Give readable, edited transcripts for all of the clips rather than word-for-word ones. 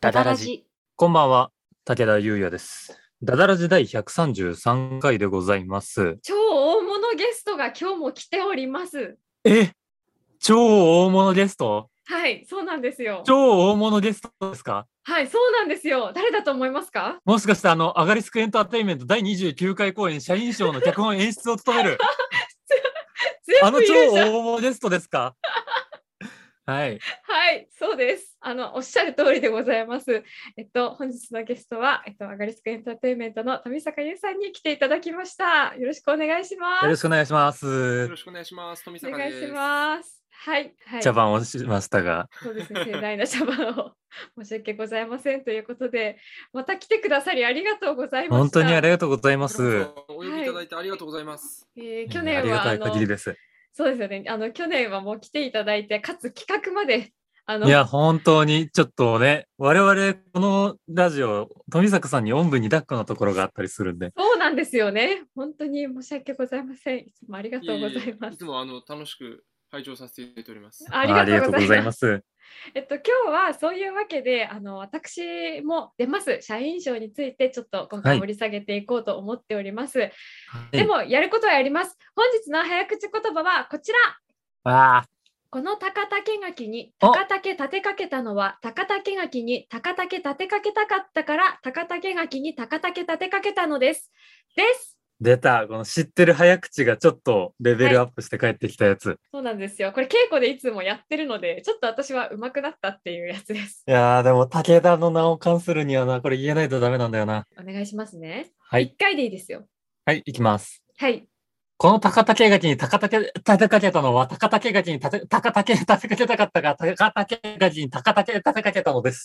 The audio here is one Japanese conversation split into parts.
ダダラジ。 こんばんは、武田優也です。ダダラジ第133回でございます。 超大物ゲストが今日も来ております。 超大物ゲスト？ はい、そうなんですよ。 超大物ゲストですか？ はい、そうなんですよ。誰だと思いますか？ もしかしてアガリスクエンターテインメント第29回公演社員賞の脚本演出を務める全部超言うじゃん。 大物ゲストですか？はい。 はい、そうです。おっしゃる通りでございます。本日のゲストは、アガリスクエンターテインメントの富坂優さんに来ていただきました。よろしくお願いします。 よろしくお願いします。 よろしくお願いします。富お坂です。 願いします。はい、はい。 茶番をしましたが。 そうですね、盛大な茶番を申し訳ございませんということで、また来てくださりありがとうございました。 本当にありがとうございます。 お呼びいただいてありがとうございます。 去年はありがたい限りです。 そうですよね。去年はもう来ていただいて、かつ企画まで。 いや、本当にちょっとね、我々このラジオ、富坂さんにおんぶに抱っこのところがあったりするんで。 そうなんですよね。本当に申し訳ございません。いつもありがとうございます。 いつも楽しく拝聴させていただいております。 ありがとうございます。今日はそういうわけで私も出ます社員賞についてちょっと今回掘り下げていこうと思っております。はい、でもやることはやります。本日の早口言葉はこちら。この高竹垣に高竹立てかけたのは高竹垣に高竹立てかけたかったから高竹垣に高竹立てかけたのです。 出た。この知ってる早口がちょっとレベルアップして帰ってきたやつ。はい、 そうなんですよ。これ稽古でいつもやってるので、ちょっと私は上手くなったっていうやつです。 いやー、でも武田の名を冠するにはな、これ言えないとダメなんだよな。 お願いしますね。 はい。 1回でいいですよ。 はい、いきます。 はい。 この高竹垣に高竹立てかけたのは高竹垣に高竹立てかけたかったが高竹垣に高竹立てかけたのです。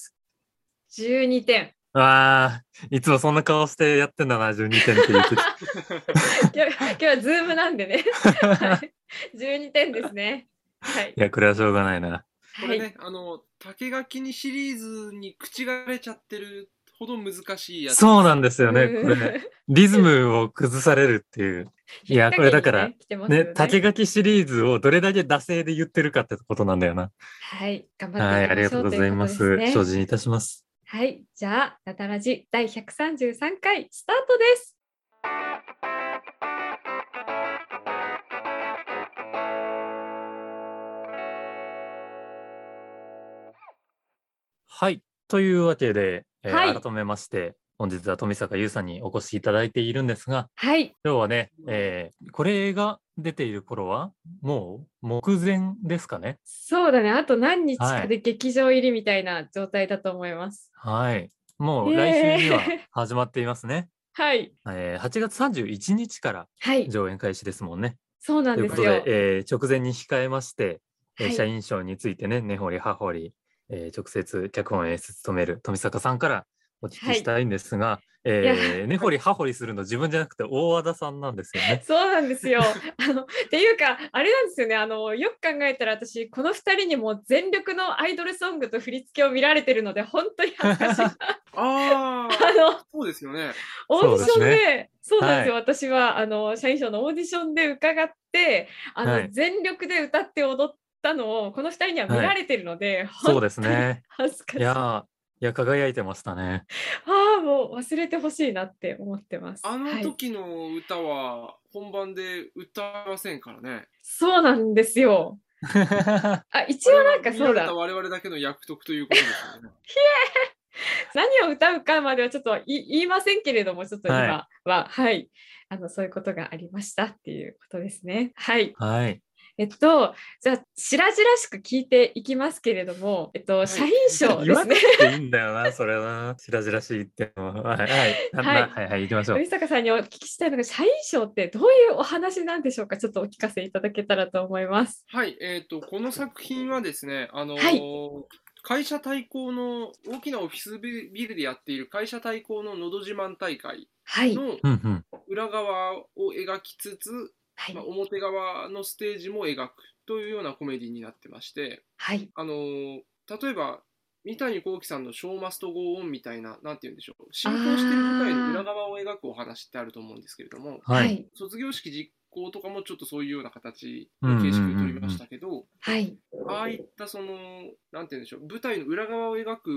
12点。 いつもそんな顔してやってんだな、12点って言って今日はズームなんでね。はい、12点ですね。はい。 いや、これはしょうがないな。 これね、竹垣にシリーズに口がれちゃってるほど難しいやつ。 そうなんですよね。これね、リズムを崩されるっていう。いや、これだから、ね、竹垣シリーズをどれだけ惰性で言ってるかってことなんだよな。 はい、頑張っていきましょう。 はい、ありがとうございます。精進いたします。 はい、じゃあ、ダダラジ第133回スタートです。 はい、というわけで、 はい、 改めまして本日は富坂優さんにお越しいただいているんですが、 はい、 今日はね、これが出ている頃はもう目前ですかね。 そうだね、あと何日かで劇場入りみたいな状態だと思います。 はい、もう来週には始まっていますね。 はい、 8月31日から上演開始ですもんね。はい、 そうなんですよ。 ということで、直前に控えまして、社員賞についてね、根掘り葉掘り、直接脚本演出務める富坂さんからお聞きしたいんですが、根掘り葉掘りするの自分じゃなくて大和田さんなんですよね。 そうなんですよ。っていうかあれなんですよね。よく考えたら私この2人にも全力のアイドルソングと振り付けを見られてるので本当に恥ずかしい。 そうですよね。 オーディションで、そうなんですよ。はい、私は社員賞のオーディションで伺って全力で歌って踊ったのをこの2人には見られてるので、 そうですね。 恥ずかしい。 いや輝いてましたね。 もう忘れてほしいなって思ってます。 あの時の歌は本番で歌いませんからね。 そうなんですよ。一応なんかそうだ。 我々だけの役得ということですよね。 何を歌うかまではちょっと言いませんけれども、ちょっと今は、はい、そういうことがありましたっていうことですね。はい。 はい。 じゃあ白々しく聞いていきますけれども、社員賞ですね。 言わなくていいんだよな、それは白々しいってのは。はい行きましょう。 富坂さんにお聞きしたいのが、社員賞ってどういうお話なんでしょうか。ちょっとお聞かせいただけたらと思います。 はい、この作品はですね、会社対抗の大きなオフィスビルでやっている会社対抗ののど自慢大会の裏側を描きつつ、表側のステージも描くというようなコメディになってまして、例えば三谷幸喜さんの「ショーマストゴーオン」みたいな、なんて言うんでしょう、進行している舞台の裏側を描くお話ってあると思うんですけれども、卒業式実行とかもちょっとそういうような形の形式を取りましたけど、ああいったなんて言うんでしょう、舞台の裏側を描く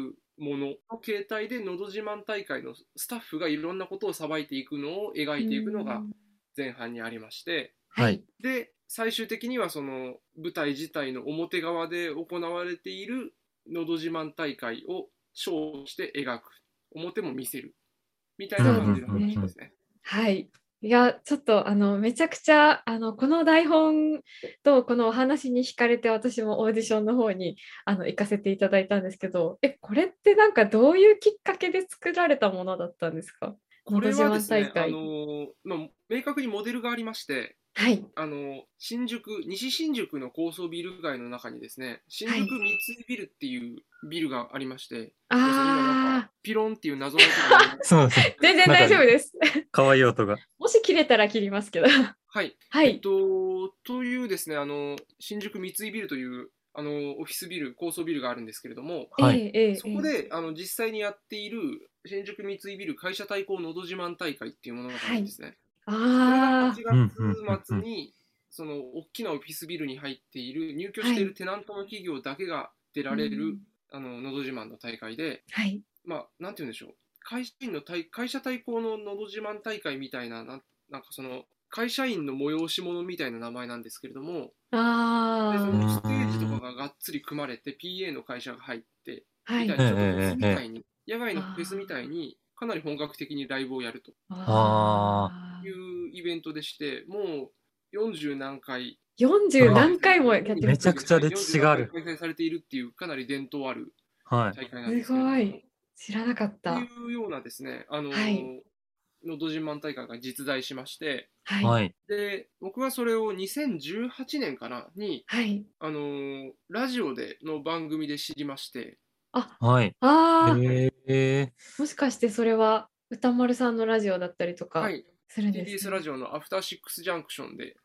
ものの形態でのど自慢大会のスタッフがいろんなことをさばいていくのを描いていくのが前半にありまして、 はい。 で最終的にはその舞台自体の表側で行われているのど自慢大会をショーして描く、表も見せるみたいな感じの話ですね。 はい。いや、ちょっとめちゃくちゃこの台本とこのお話に惹かれて、私もオーディションの方に行かせていただいたんですけど、これってなんかどういうきっかけで作られたものだったんですか？ これはですね、明確にモデルがありまして、 はい、 西新宿の高層ビル街の中にですね、新宿三井ビルっていうビルがありまして、今なんかピロンっていう謎の音がそうですね。 全然大丈夫です。 可愛い音が。 もし切れたら切りますけど。 はい。 はい。 というですね、新宿三井ビルというオフィスビル、高層ビルがあるんですけれども、 はい、 そこで実際にやっている新宿三井ビル会社対抗のど自慢大会っていうものがあるんですね。これが8月末にその大きなオフィスビルに入っている入居しているテナントの企業だけが出られる、のど自慢の大会で、まあなんて言うんでしょう、会社対抗ののど自慢大会みたいな、なんかその会社員の催し物みたいな名前なんですけれども、でそのステージとかががっつり組まれて PA の会社が入ってみたいな、ちょっとフェスみたいに、野外のフェスみたいにかなり本格的にライブをやるというイベントでして、もう40何回もやってる。 めちゃくちゃ歴史がある。 開催されているっていうかなり伝統ある大会なんですけど、 すごい、知らなかった。 っていうようなですね、のど自慢大会が実在しまして、で僕はそれを2018年かなに、ラジオでの番組で知りまして、 もしかしてそれは歌丸さんのラジオだったりとかするんですか？TBS ラジオのアフターシックスジャンクションで、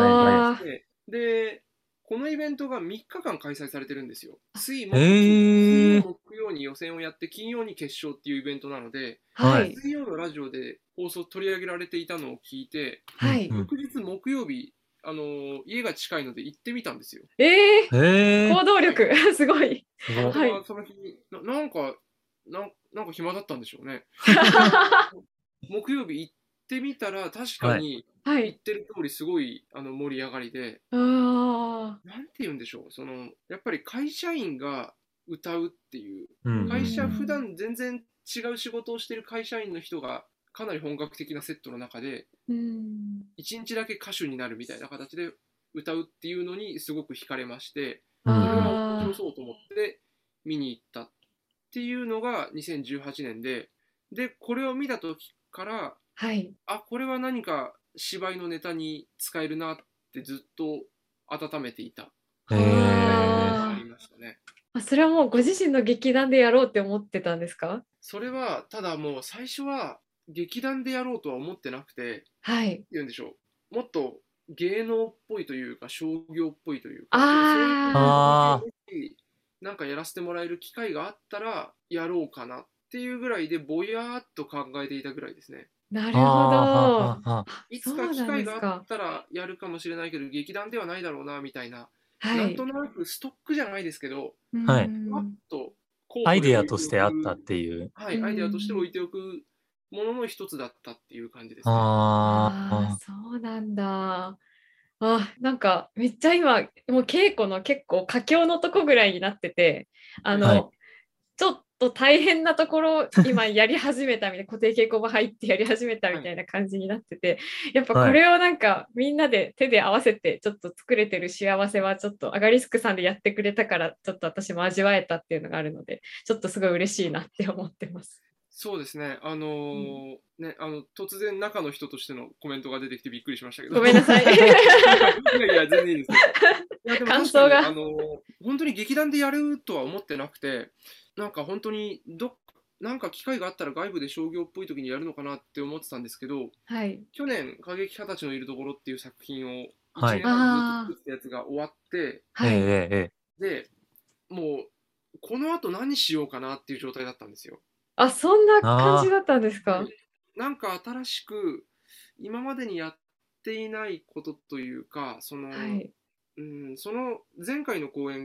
でこのイベントが3日間開催されてるんですよ。水木曜に予選をやって金曜に決勝っていうイベントなので、水曜のラジオで放送取り上げられていたのを聞いて、翌日木曜日家が近いので行ってみたんですよ。 行動力すごい。 その日なんか暇だったんでしょうね。木曜日行ってみたら確かに言ってる通りすごい盛り上がりで、なんて言うんでしょう、そのやっぱり会社員が歌うっていう、普段全然違う仕事をしている会社員の人がかなり本格的なセットの中で一日だけ歌手になるみたいな形で歌うっていうのにすごく惹かれまして、それが面白そうと思って見に行ったっていうのが2018年で、これを見た時から、これは何か芝居のネタに使えるなってずっと温めていた。ありましたね。 それはもうご自身の劇団でやろうって思ってたんですか？ それはただもう最初は劇団でやろうとは思ってなくて、言うんでしょう、もっと芸能っぽいというか商業っぽいというか、そういうなんかやらせてもらえる機会があったらやろうかなっていうぐらいでぼやっと考えていたぐらいですね。 なるほど。 いつか機会があったらやるかもしれないけど劇団ではないだろうなみたいな、なんとなくストックじゃないですけど、もっとアイデアとしてあったっていう。 アイデアとして置いておくものの一つだったっていう感じですね。 そうなんだ。なんかめっちゃ今もう稽古の結構佳境のとこぐらいになってて、ちょっと大変なところ今やり始めたみたいな、固定稽古場入ってやり始めたみたいな感じになってて、やっぱこれをなんかみんなで手で合わせてちょっと作れてる幸せはちょっとアガリスクさんでやってくれたからちょっと私も味わえたっていうのがあるので、ちょっとすごい嬉しいなって思ってます。 そうですね。突然中の人としてのコメントが出てきてびっくりしましたけど。 ごめんなさい。いや全然いいです。感想が本当に劇団でやるとは思ってなくて、なんか本当になんか機会があったら外部で商業っぽい時にやるのかなって思ってたんですけど、去年過激派たちのいるところっていう作品を1年半ずっと作ったやつが終わって、でもうこの後何しようかなっていう状態だったんですよ。 そんな感じだったんですか？ なんか新しく今までにやっていないことというか、その前回の公演が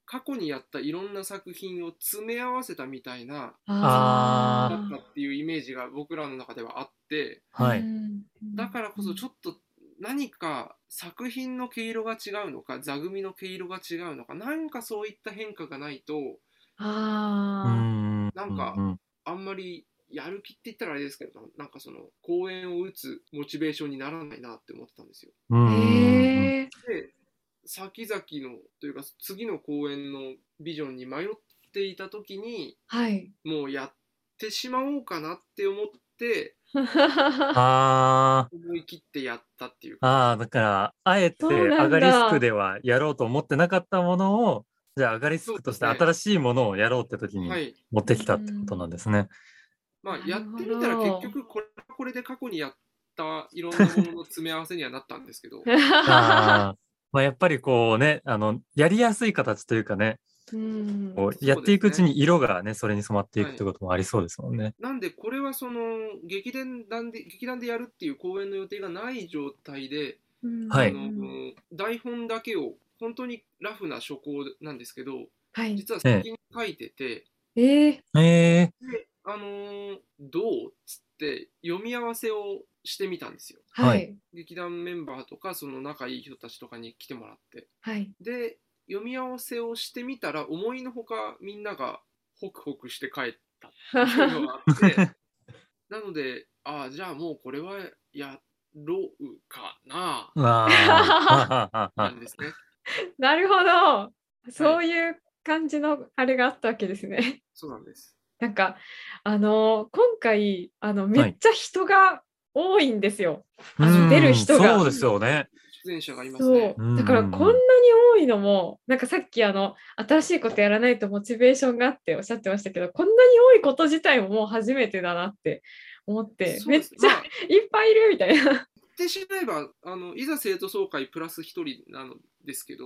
過去にやったいろんな作品を詰め合わせたみたいなだったっていうイメージが僕らの中ではあって、 はい、 だからこそちょっと何か作品の毛色が違うのか座組の毛色が違うのか、なんかそういった変化がないとなんかあんまりやる気って言ったらあれですけど、なんかその公演を打つモチベーションにならないなって思ってたんですよ。で先々のというか次の公演のビジョンに迷っていた時に、 はい、 もうやってしまおうかなって思って思い切ってやったっていうか。だからあえてアガリスクではやろうと思ってなかったものを、じゃあアガリスクとして新しいものをやろうって時に持ってきたってことなんですね。 まあやってみたら結局これで過去にやったいろんなものの詰め合わせにはなったんですけどまあ、やっぱりこうね、やりやすい形というかね、こうやっていくうちに色がね、それに染まっていくってこともありそうですもんね。 なんでこれはその劇団でやるっていう公演の予定がない状態で、台本だけを本当にラフな初稿なんですけど、実は先に書いてて、でどうっつって読み合わせをしてみたんですよ。劇団メンバーとかその仲いい人たちとかに来てもらって、で読み合わせをしてみたら思いのほかみんながホクホクして帰ったっていうのがあってなのでじゃあもうこれはやろうかななんですね。 なるほど、そういう感じのあれがあったわけですね。 そうなんです。 なんか今回めっちゃ人が多いんですよ。出る人が。 そうですよね。 出演者がいますね。 だからこんなに多いのもなんかさっき新しいことやらないとモチベーションがあっておっしゃってましたけど、こんなに多いこと自体ももう初めてだなって思って、めっちゃいっぱいいるみたいな。 言ってしまえばいざ生徒総会プラス1人なのですけど、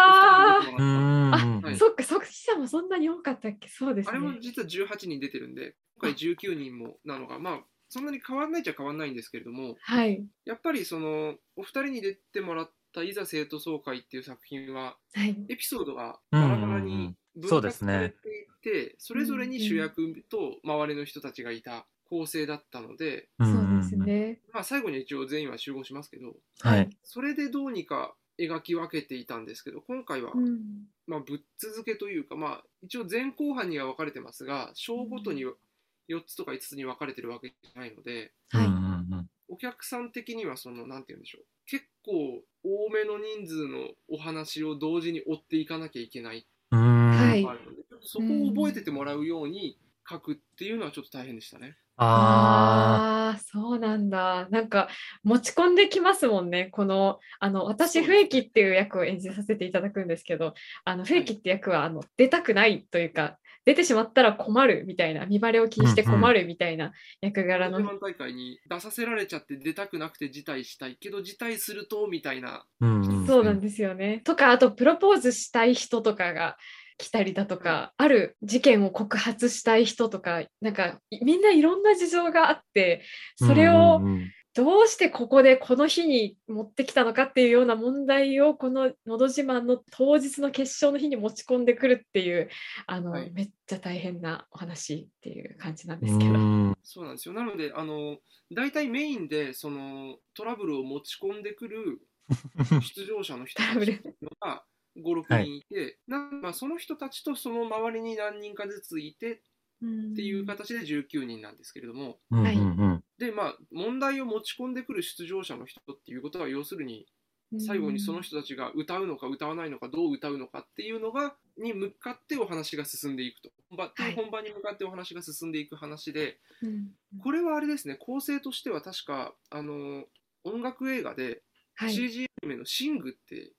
そっか記者もそんなに多かったっけ。そうですね。 あれも実は18人出てるんで、今回19人もなのがまあそんなに変わらないっちゃ変わらないんですけれども、やっぱりそのお二人に出てもらったいざ生徒総会っていう作品は、エピソードがバラバラに分割されていて、それぞれに主役と周りの人たちがいた構成だったので、 そうですね。 まあ最後に一応全員は集合しますけど、それでどうにか描き分けていたんですけど、今回は、まあぶっ続けというか、まあ一応前後半には分かれてますが、章ごとに4つとか5つに分かれてるわけじゃないので、お客さん的にはそのなんて言うんでしょう、結構多めの人数のお話を同時に追っていかなきゃいけないそこを覚えててもらうように書くっていうのはちょっと大変でしたね。 そうなんだ。なんか持ち込んできますもんね。この私不益っていう役を演じさせていただくんですけど、不益って役は出たくないというか、出てしまったら困るみたいな、見バレを気にして困るみたいな役柄の。 大会に出させられちゃって出たくなくて辞退したいけど辞退するとみたいな。 そうなんですよね。とかあとプロポーズしたい人とかが来たりだとか、ある事件を告発したい人とか、なんかみんないろんな事情があって、それをどうしてここでこの日に持ってきたのかっていうような問題をこののど自慢の当日の決勝の日に持ち込んでくるっていうめっちゃ大変なお話っていう感じなんですけど。 そうなんですよ。なので大体メインでそのトラブルを持ち込んでくる出場者の人たちが5、6人いて、まあ、その人たちとその周りに何人かずついてっていう形で19人なんですけれども、でまあ問題を持ち込んでくる出場者の人っていうことは要するに最後にその人たちが歌うのか歌わないのかどう歌うのかっていうのがに向かってお話が進んでいくと、本番に向かってお話が進んでいく話で、これはあれですね、構成としては確か音楽映画で CG アニメのシングって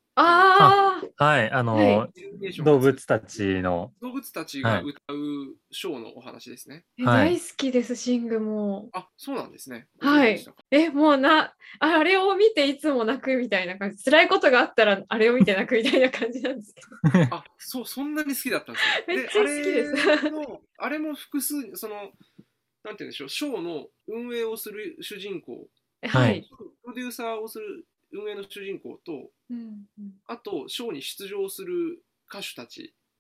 動物たちが歌うショーのお話ですね。 大好きです、シングも。 そうなんですね。 もうあれを見ていつも泣くみたいな感じ、辛いことがあったらあれを見て泣くみたいな感じなんですけどそんなに好きだったんですよ。 めっちゃ好きです。 あれも複数なんて言うんでしょう、ショーの運営をする主人公、プロデューサーをする運営の主人公と、あとショーに出場する歌手たち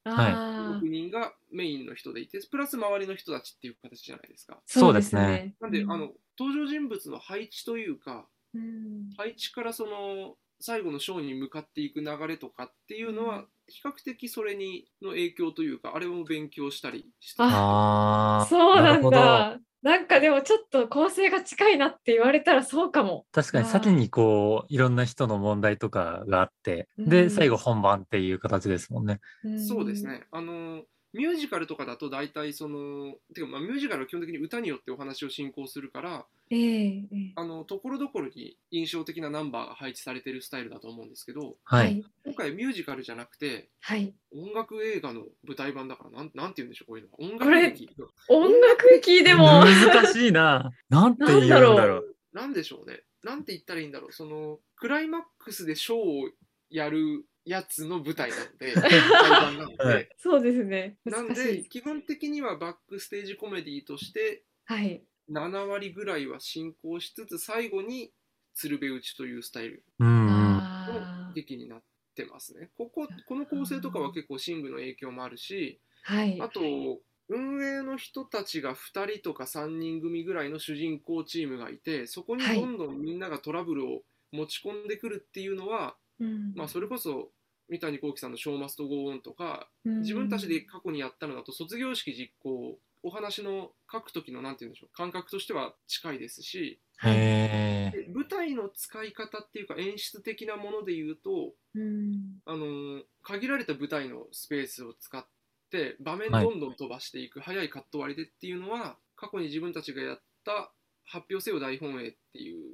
6人がメインの人でいて、プラス周りの人たちっていう形じゃないですか。 そうですね。 なんで、登場人物の配置というか、配置からその最後のショーに向かっていく流れとかっていうのは、比較的それの影響というか、あれを勉強したりして。 そうなんだ。なんかでもちょっと構成が近いなって言われたらそうかも。 確かに先にこういろんな人の問題とかがあって、で最後本番っていう形ですもんね。 そうですね。ミュージカルとかだと大体てかミュージカルは基本的に歌によってお話を進行するから、ところどころに印象的なナンバーが配置されてるスタイルだと思うんですけど、今回ミュージカルじゃなくて、音楽映画の舞台版だから、なんて言うんでしょう、こういうのは。音楽劇。 音楽劇でも難しいな。なんて言うんだろう。 なんでしょうね。なんて言ったらいいんだろう。クライマックスでショーをやるやつの舞台なので、なのでそうですね。 なんで基本的にはバックステージコメディとして、7割ぐらいは進行しつつ、最後に鶴瓶打ちというスタイルの劇になってますね。この構成とかは結構シングの影響もあるし、あと運営の人たちが2人とか3人組ぐらいの主人公チームがいて、そこにどんどんみんながトラブルを持ち込んでくるっていうのは、それこそ三谷幸喜さんの「ショーマストゴーオン」とか、自分たちで過去にやったのだと卒業式実行、お話の書く時のなんて言うんでしょう、感覚としては近いですし、舞台の使い方っていうか演出的なもので言うと、限られた舞台のスペースを使って場面どんどん飛ばしていく、早いカット割りでっていうのは、過去に自分たちがやった発表せよ大本営っていう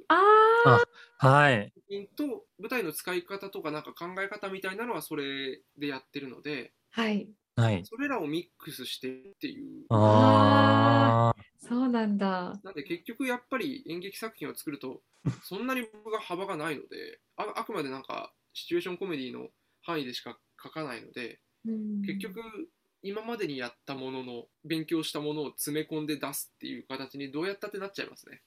と舞台の使い方とかなんか考え方みたいなのはそれでやってるので、それらをミックスしてっていう。 そうなんだ。 なんで結局やっぱり演劇作品を作るとそんなに僕が幅がないので、あくまでなんかシチュエーションコメディの範囲でしか書かないので、結局今までにやったものの勉強したものを詰め込んで出すっていう形にどうやったってなっちゃいますね。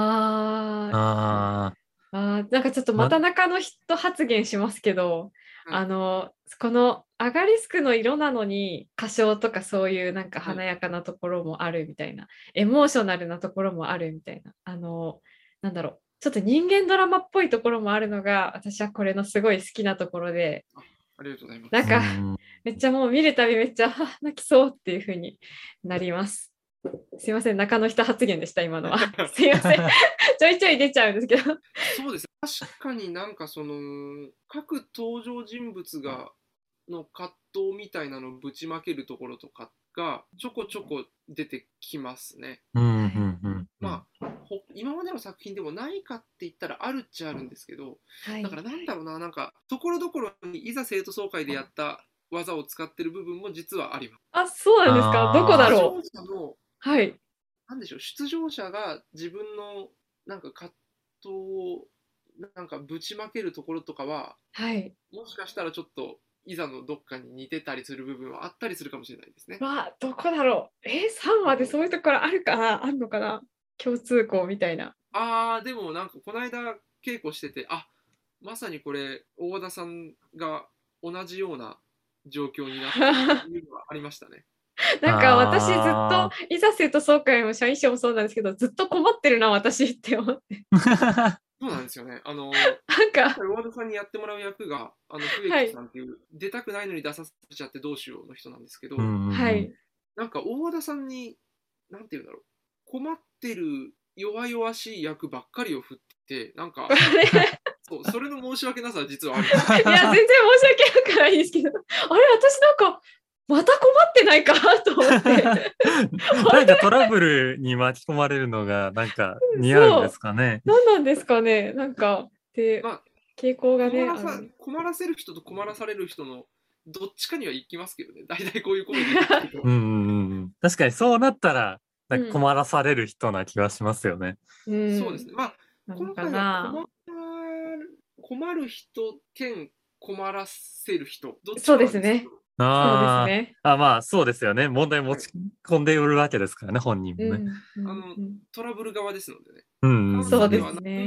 なんかちょっとまた中の人発言しますけど、このアガリスクの色なのに歌唱とかそういうなんか華やかなところもあるみたいな、エモーショナルなところもあるみたいな、なんだろう、ちょっと人間ドラマっぽいところもあるのが私はこれのすごい好きなところで、 ありがとうございます。 なんかめっちゃもう見るたびめっちゃ泣きそうっていう風になります。すいません、中の人発言でした今のは。すいません、ちょいちょい出ちゃうんですけど。 そうです。確かになんか各登場人物の葛藤みたいなのをぶちまけるところとかがちょこちょこ出てきますね。まあ今までの作品でもないかって言ったらあるっちゃあるんですけど、だからなんだろうな、なんかところどころにいざ生徒総会でやった技を使ってる部分も実はあります。 あ、そうなんですか。どこだろう。 なんでしょう、出場者が自分のなんか葛藤をなんかぶちまけるところとかは、もしかしたらちょっといざのどっかに似てたりする部分はあったりするかもしれないですね。 どこだろう。3話でそういうところあるかな、あんのかな、共通項みたいな。 でもなんかこの間稽古してて、まさにこれ大和田さんが同じような状況になっているのはありましたね。 なんか私ずっといざ生徒総会も社員賞もそうなんですけど、ずっと困ってるな私って思って。 そうなんですよね。なんか大和田さんにやってもらう役が笛木さんっていう、出たくないのに出させちゃってどうしようの人なんですけど、なんか大和田さんになんていうんだろう、困ってる弱々しい役ばっかりを振ってて、なんかそれの申し訳なさは実はある。いや全然申し訳なくないですけど、あれ私なんかまた困ってないかと思ってなんかトラブルに巻き込まれるのがなんか似合うんですかね。 何なんですかね、なんかで、傾向がね、 困らせる人と困らされる人のどっちかには行きますけどね、大体こういうコメディ確かにそうなったらなんか困らされる人な気がしますよね。 そうですね。今回は困る人兼困らせる人、どっちかそうですね。 まあそうですよね。問題持ち込んでおるわけですからね、本人もね。 トラブル側ですのでね。 そうですね。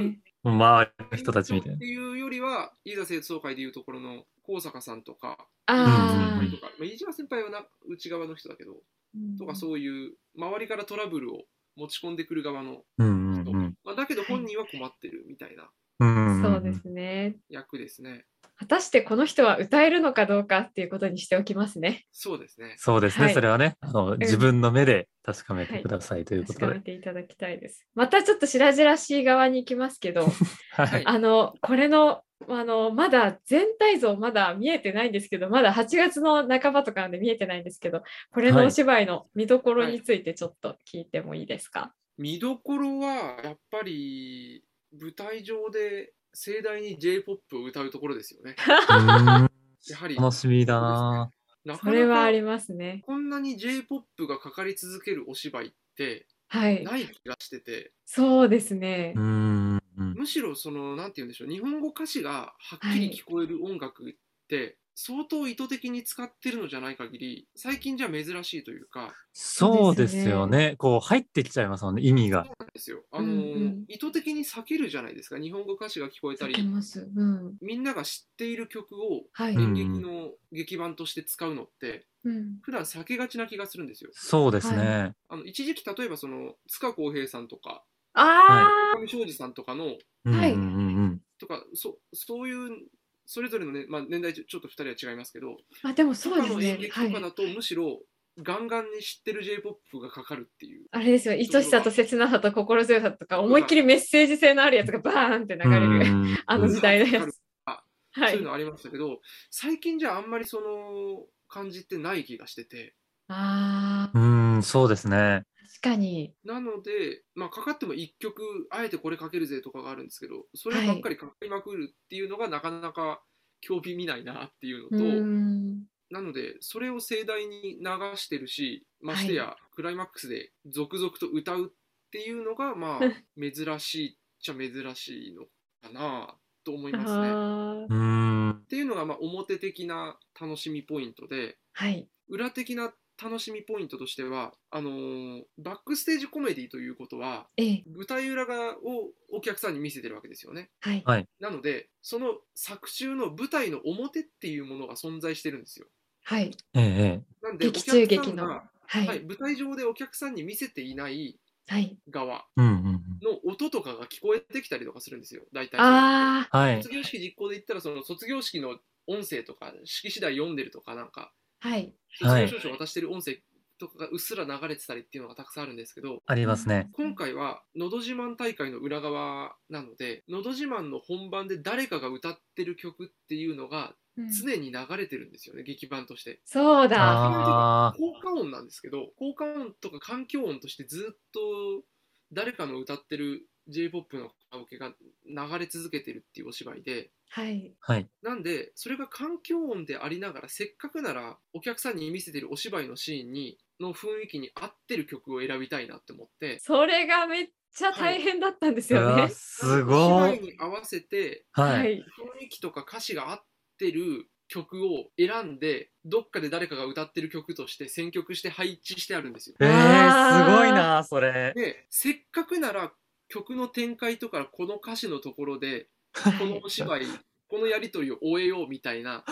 周りの人たちみたいな。 っていうよりは、飯田生徒総会でいうところの高坂さんとか、 飯島先輩は内側の人だけど、とかそういう周りからトラブルを持ち込んでくる側の人、だけど本人は困ってるみたいな、 そうですね。 役ですね。 果たしてこの人は歌えるのかどうかっていうことにしておきますね。 そうですね。 そうですね。それはね、自分の目で確かめてくださいということで。 確かめていただきたいです。またちょっと白々しい側に行きますけど、これのまだ全体像まだ見えてないんですけど、まだ8月の半ばとかなんで見えてないんですけど、これのお芝居の見どころについてちょっと聞いてもいいですか？ 見どころはやっぱり舞台上で盛大に J-POP を歌うところですよね。 やはり楽しみだな。 それはありますね。 こんなに J-POP がかかり続けるお芝居ってない気がしてて。 そうですね。 むしろなんて言うんでしょう、日本語歌詞がはっきり聞こえる音楽って相当意図的に使ってるのじゃない限り最近じゃ珍しいというか。 そうですよね。こう入ってきちゃいますもんね、意味が。 そうなんですよ。意図的に避けるじゃないですか。日本語歌詞が聞こえたり、みんなが知っている曲を演劇の劇版として使うのって、普段避けがちな気がするんですよ。 そうですね。 一時期例えば塚公平さんとか上庄司さんとかの、とかそういうそれぞれのね、年代ちょっと2人は違いますけど、 でもそうですね。 他の演劇とかだと、むしろガンガンに知ってる J-POP がかかるっていう。 あれですよ、愛しさと切なさと心強さとか、思いっきりメッセージ性のあるやつがバーンって流れる、時代のやつ。 そういうのありましたけど、最近じゃあんまりその感じってない気がしてて。 そうですね。 確かに。 なので、かかっても1曲あえてこれかけるぜとかがあるんですけど、そればっかりかかりまくるっていうのがなかなか興味見ないなっていうのと、なのでそれを盛大に流してるし、ましてやクライマックスで続々と歌うっていうのが珍しいっちゃ珍しいのかなと思いますね。っていうのが表的な楽しみポイントで、裏的な楽しみポイントとしてはバックステージコメディということは、舞台裏側をお客さんに見せてるわけですよね。なのでその作中の舞台の表っていうものが存在してるんですよ。なんでお客さんが舞台上でお客さんに見せていない側の音とかが聞こえてきたりとかするんですよ。大体卒業式実行で言ったらその卒業式の音声とか式次第読んでるとかなんか卒業証書を渡してる音声とかがうっすら流れてたりっていうのがたくさんあるんですけど、 ありますね。 今回はのど自慢大会の裏側なので、のど自慢の本番で誰かが歌ってる曲っていうのが常に流れてるんですよね、劇版として。 そうだ。 効果音なんですけど、効果音とか環境音としてずっと誰かの歌ってる J-POP のカラオケが流れ続けてるっていうお芝居で、なんでそれが環境音でありながら、せっかくならお客さんに見せてるお芝居のシーンの雰囲気に合ってる曲を選びたいなって思って、 それがめっちゃ大変だったんですよね。 すごい。 お芝居に合わせて、雰囲気とか歌詞が合ってる曲を選んで、どっかで誰かが歌ってる曲として選曲して配置してあるんですよ。 すごいなそれ。 でせっかくなら曲の展開とかこの歌詞のところでこのお芝居このやり取りを終えようみたいな、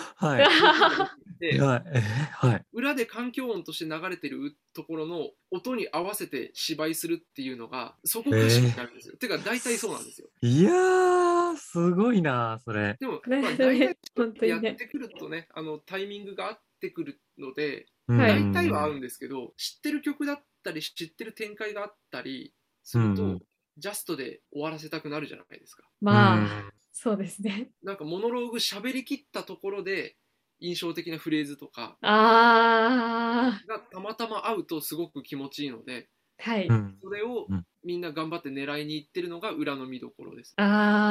裏で環境音として流れてるところの音に合わせて芝居するっていうのがそこ歌詞になるんですよ。てか大体そうなんですよ。 いやーすごいなそれ。 でも、大体やってくるとね、タイミングが合ってくるので大体は合うんですけど、知ってる曲だったり知ってる展開があったりすると、ジャストで終わらせたくなるじゃないですか。 そうですね。 なんかモノローグ喋りきったところで印象的なフレーズとかがたまたま合うとすごく気持ちいいので、それをみんな頑張って狙いにいってるのが裏の見どころです。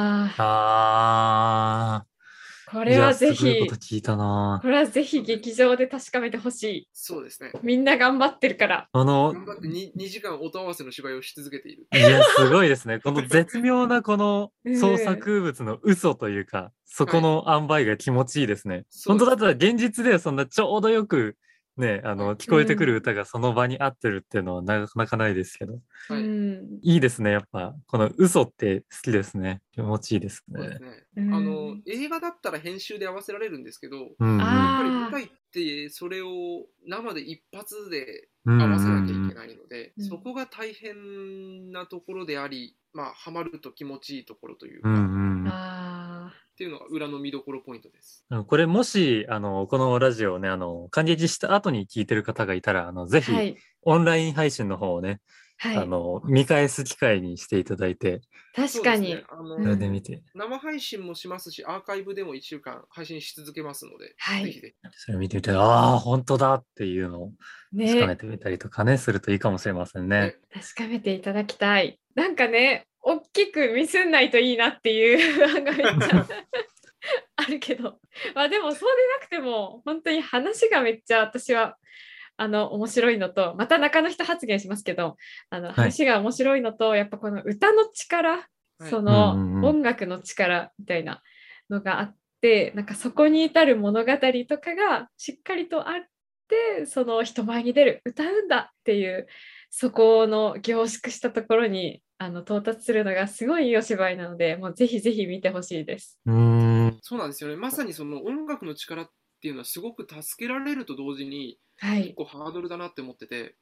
これはぜひ、 これはぜひ劇場で確かめてほしい。 そうですね。 みんな頑張ってるから。 頑張って 2時間音合わせの芝居をし続けている。 いや、すごいですね。この絶妙なこの創作物の嘘というか、そこの塩梅が気持ちいいですね。本当だったら現実ではそんなちょうどよくね、聞こえてくる歌がその場に合ってるっていうのはなかなかないですけど、 はい、 いいですね、やっぱ。この嘘って好きですね。気持ちいいですそうですね。 ね。映画だったら編集で合わせられるんですけど、やっぱり舞台ってそれを生で一発で合わせなきゃいけないので、そこが大変なところであり、まあ、ハマると気持ちいいところというか、っていうのが裏の見どころポイントです。 これもし、このラジオをね、感激した後に聞いてる方がいたら、ぜひ、オンライン配信の方をね、見返す機会にしていただいて。 確かに。 それで見て。 生配信もしますし、アーカイブでも1週間配信し続けますので、ぜひぜひ。 それ見てみて、ああ、本当だっていうのを確かめてみたりとかね、するといいかもしれませんね。 確かめていただきたい。なんかね、大きくミスんないといいなっていう不安がめっちゃあるけど、まあでもそうでなくても、本当に話がめっちゃ私は面白いのと、また中の人発言しますけど、話が面白いのと、やっぱこの歌の力、その音楽の力みたいなのがあって、なんかそこに至る物語とかがしっかりとあって、その人前に出る、歌うんだっていう、そこの凝縮したところに到達するのがすごいいいお芝居なので、もうぜひぜひ見てほしいです。 そうなんですよね。まさにその音楽の力っていうのはすごく助けられると同時に、結構ハードルだなって思ってて、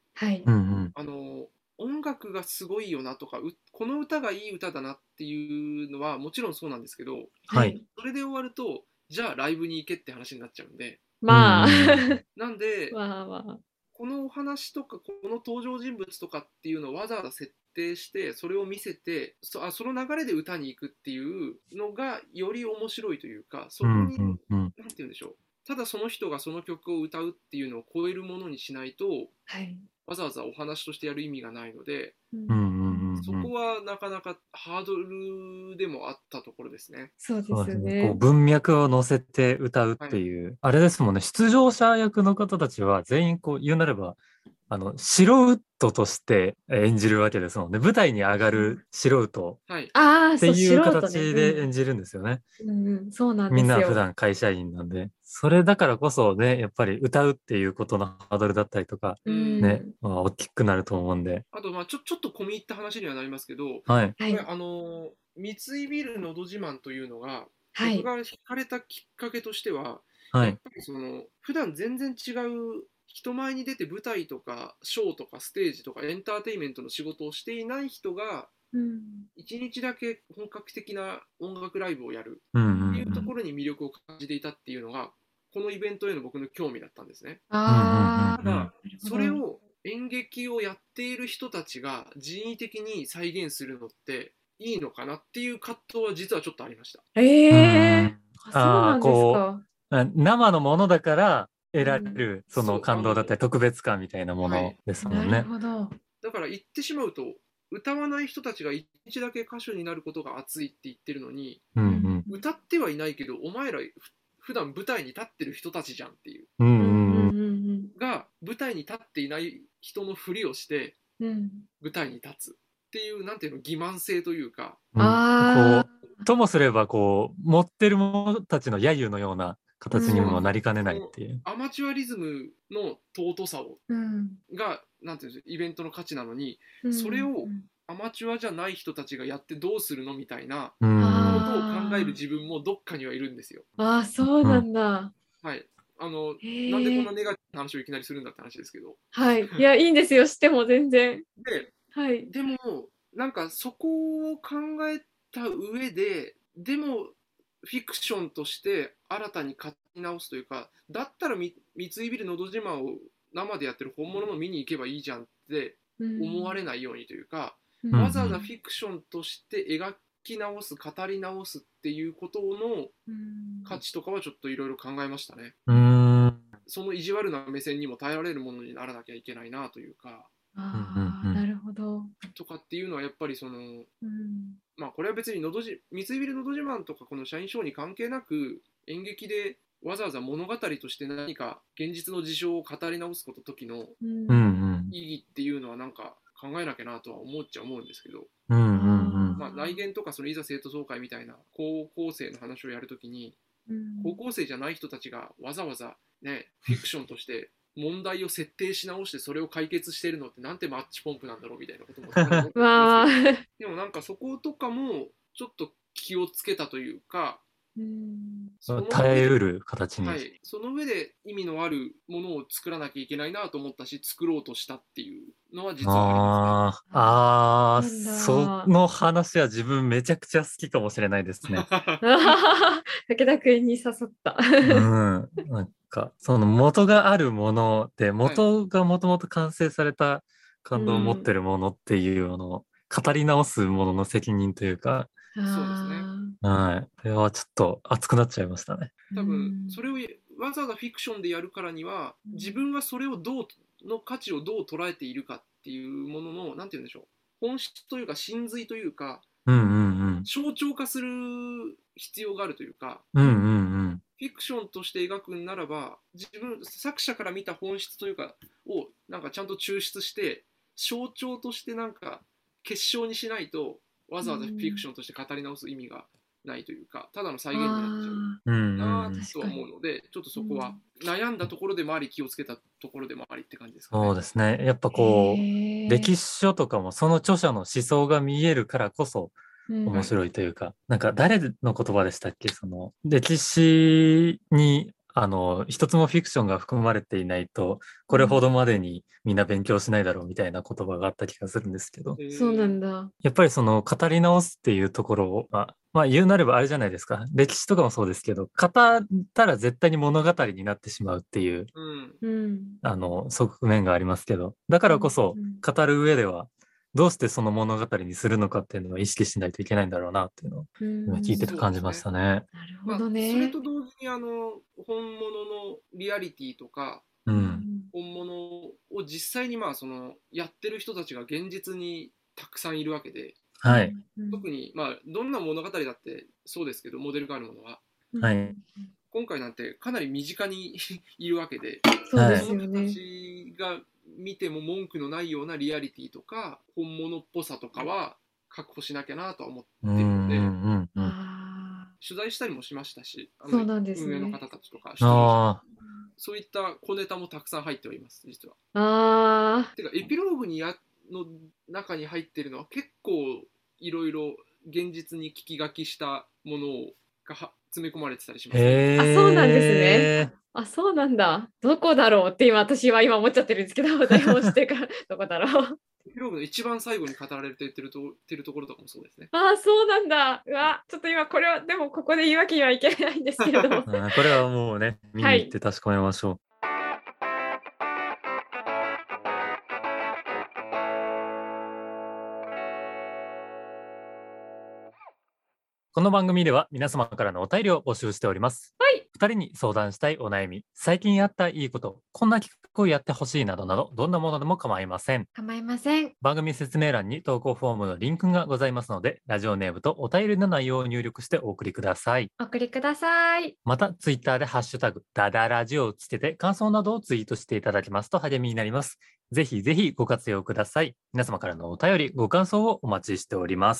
音楽がすごいよなとか、この歌がいい歌だなっていうのはもちろんそうなんですけど、それで終わると、じゃあライブに行けって話になっちゃうんで、なんで、このお話とかこの登場人物とかっていうのをわざわざ設定してそれを見せてその流れで歌に行くっていうのがより面白いというか、そこに何て言うんでしょう、ただその人がその曲を歌うっていうのを超えるものにしないと、わざわざお話としてやる意味がないので、そこはなかなかハードルでもあったところですね。 そうですね。 こう文脈を乗せて歌うっていう、あれですもんね。出場者役の方たちは全員こう言うなれば素人として演じるわけですもんね。舞台に上がる素人っていう形で演じるんですよね。 そうなんですよ。 みんなは普段会社員なんで、それだからこそね、やっぱり歌うっていうことのハードルだったりとか、ね、大きくなると思うんで。 あと、ちょっと込み入った話にはなりますけど、 これ三井ビルのど自慢というのが、僕が惹かれたきっかけとしては、やっぱり普段全然違う人前に出て舞台とかショーとかステージとかエンターテインメントの仕事をしていない人が一日だけ本格的な音楽ライブをやるっていうところに魅力を感じていたっていうのがこのイベントへの僕の興味だったんですね。ただそれを演劇をやっている人たちが人為的に再現するのっていいのかなっていう葛藤は実はちょっとありました。 そうなんですか。 生のものだから得られるその感動だったり特別感みたいなものですもんね。 だから言ってしまうと歌わない人たちが一日だけ歌手になることが熱いって言ってるのに、歌ってはいないけどお前ら普段舞台に立ってる人たちじゃんっていう、が舞台に立っていない人のふりをして舞台に立つっていうなんていうの欺瞞性というか、 ともすればこう持ってる者たちの揶揄のような形にもなりかねないっていう、 アマチュアリズムの尊さを、がなんていうんですかイベントの価値なのに、それをアマチュアじゃない人たちがやってどうするのみたいなことを考える自分もどっかにはいるんですよ。 そうなんだ。 はい。なんでこんなネガティブな話をいきなりするんだって話ですけど。 いやいいんですよ、しても全然。 でもなんかそこを考えた上ででもフィクションとして新たに書き直すというか、だったら三井ビルのど自慢を生でやってる本物の見に行けばいいじゃんって思われないようにというか、わざわざフィクションとして描き直す語り直すっていうことの価値とかはちょっといろいろ考えましたね。その意地悪な目線にも耐えられるものにならなきゃいけないなというか。 なるほど。 とかっていうのはやっぱりまあこれは別に三井ビルのど自慢とかこの社員賞に関係なく、演劇でわざわざ物語として何か現実の事象を語り直すこと時の意義っていうのはなんか考えなきゃなとは思うんですけど、まあ内言とかそのいざ生徒総会みたいな高校生の話をやるときに、高校生じゃない人たちがわざわざねフィクションとして問題を設定し直してそれを解決してるのってなんてマッチポンプなんだろうみたいなこともわーでもなんかそことかもちょっと気をつけたというか、 耐えうる形に、 はい、その上で意味のあるものを作らなきゃいけないなと思ったし、作ろうとしたっていうのは実はありますね。 その話は自分めちゃくちゃ好きかもしれないですね。 武田君に誘った。 なんかその元があるもので、元がもともと完成された感動を持ってるものっていうのを語り直すものの責任というか、 そうですね。 はい。これはちょっと熱くなっちゃいましたね。 多分それをわざわざフィクションでやるからには、自分はそれをの価値をどう捉えているかっていうものの、なんて言うんでしょう、本質というか真髄というか、象徴化する必要があるというか、フィクションとして描くんならば、作者から見た本質というかをなんかちゃんと抽出して象徴としてなんか結晶にしないと、わざわざフィクションとして語り直す意味がないというか、ただの再現になっちゃうなとは思うので、ちょっとそこは悩んだところでもあり、気をつけたところでもありって感じですかね。 そうですね。やっぱこう歴史書とかもその著者の思想が見えるからこそ面白いというか、なんか誰の言葉でしたっけ、その歴史に一つもフィクションが含まれていないとこれほどまでにみんな勉強しないだろうみたいな言葉があった気がするんですけど、 そうなんだ。 やっぱりその語り直すっていうところを、まあ言うなればあれじゃないですか、歴史とかもそうですけど、語ったら絶対に物語になってしまうっていう、側面がありますけど、だからこそ語る上ではどうしてその物語にするのかっていうのを意識しないといけないんだろうなっていうのを今聞いてて感じましたね。 なるほどね。 それと同時に本物のリアリティとか、本物を実際にそのやってる人たちが現実にたくさんいるわけで、特にどんな物語だってそうですけど、モデルがあるものは、今回なんてかなり身近にいるわけで、その人たちが見ても文句のないようなリアリティとか本物っぽさとかは確保しなきゃなとは思ってるので、取材したりもしましたし、運営の方たちとかそういった小ネタもたくさん入っております、実は。てかエピローグの中に入ってるのは結構いろいろ現実に聞き書きしたものが詰め込まれてたりしますね。 そうなんですね。そうなんだ。どこだろうって私は今思っちゃってるんですけど、台本してからどこだろう。 エピローグの一番最後に語られてるところとかもそうですね。 そうなんだ。ちょっと今これはでもここで言い訳にはいけないんですけれども。 これはもうね、見に行って確かめましょう。この番組では皆様からのお便りを募集しております。2人に相談したいお悩み、最近あったいいこと、こんな企画をやってほしいなどなど、どんなものでも構いません。番組説明欄に投稿フォームのリンクがございますので、ラジオネームとお便りの内容を入力してお送りください。また、ツイッターでハッシュタグ、ダダラジオをつけて感想などをツイートしていただけますと励みになります。ぜひぜひご活用ください。皆様からのお便り、ご感想をお待ちしております。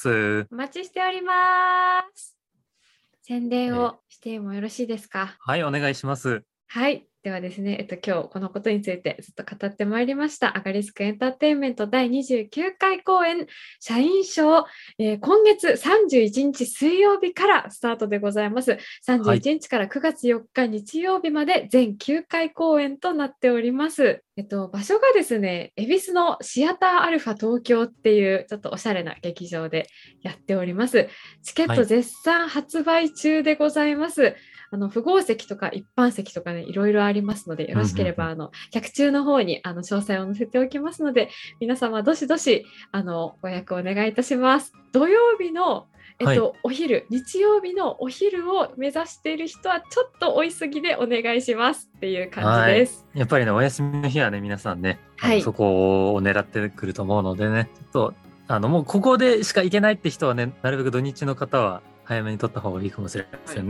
お待ちしております。宣伝をしてもよろしいですか？ はい、お願いします。 はい。ではですね、今日このことについてずっと語ってまいりましたアガリスクエンターテインメント第29回公演社員賞、今月31日水曜日からスタートでございます。31日から9月4日日曜日まで全9回公演となっております。場所がですね、恵比寿のシアターアルファ東京っていうちょっとおしゃれな劇場でやっております。チケット絶賛発売中でございます。複合席とか一般席とかね、いろいろありますので、よろしければ客中の方に詳細を載せておきますので、皆様どしどしご予約お願いいたします。土曜日のお昼、日曜日のお昼を目指している人はちょっと追いすぎでお願いしますっていう感じです。 やっぱりね、お休みの日はね、皆さんね、そこを狙ってくると思うのでね、ちょっともうここでしか行けないって人はね、なるべく土日の方は早めに取った方がいいかもしれませんね。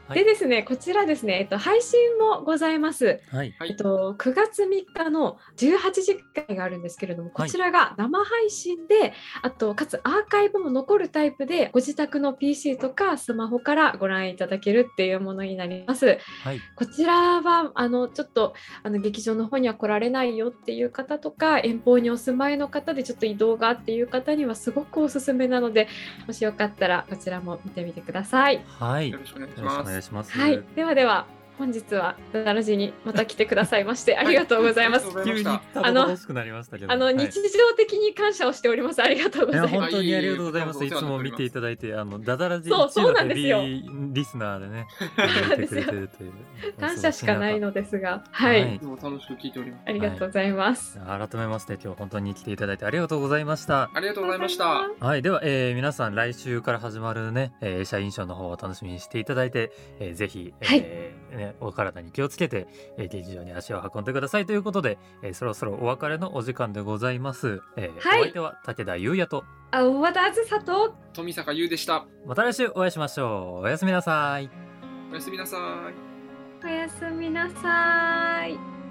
でですね、こちらですね、配信もございます。9月3日の18時間があるんですけれども、こちらが生配信で、あとかつアーカイブも残るタイプで、ご自宅の PC とかスマホからご覧いただけるっていうものになります。こちらはちょっと劇場の方には来られないよっていう方とか、遠方にお住まいの方でちょっと移動がっていう方にはすごくおすすめなので、もしよかったらこちらも見てみてください。 よろしくお願いします。 では本日はダダラジにまた来てくださいましてありがとうございます。 急に楽しくなりましたけど、 日常的に感謝をしております。ありがとうございます。 本当にありがとうございます。いつも見ていただいて、ダダラジ1のヘビーリスナーでね、見てくれてるという感謝しかないのですが、 いつも楽しく聞いております。 ありがとうございます。 改めまして今日本当に来ていただいてありがとうございました。 ありがとうございました。 はい、では、皆さん来週から始まるね、社員賞の方を楽しみにしていただいて、ぜひ、お体に気をつけて、劇場に足を運んでくださいということで、そろそろお別れのお時間でございます。お相手は武田優也と青和田あずさと富坂優でした。 また来週お会いしましょう。おやすみなさい。 おやすみなさい。 おやすみなさい。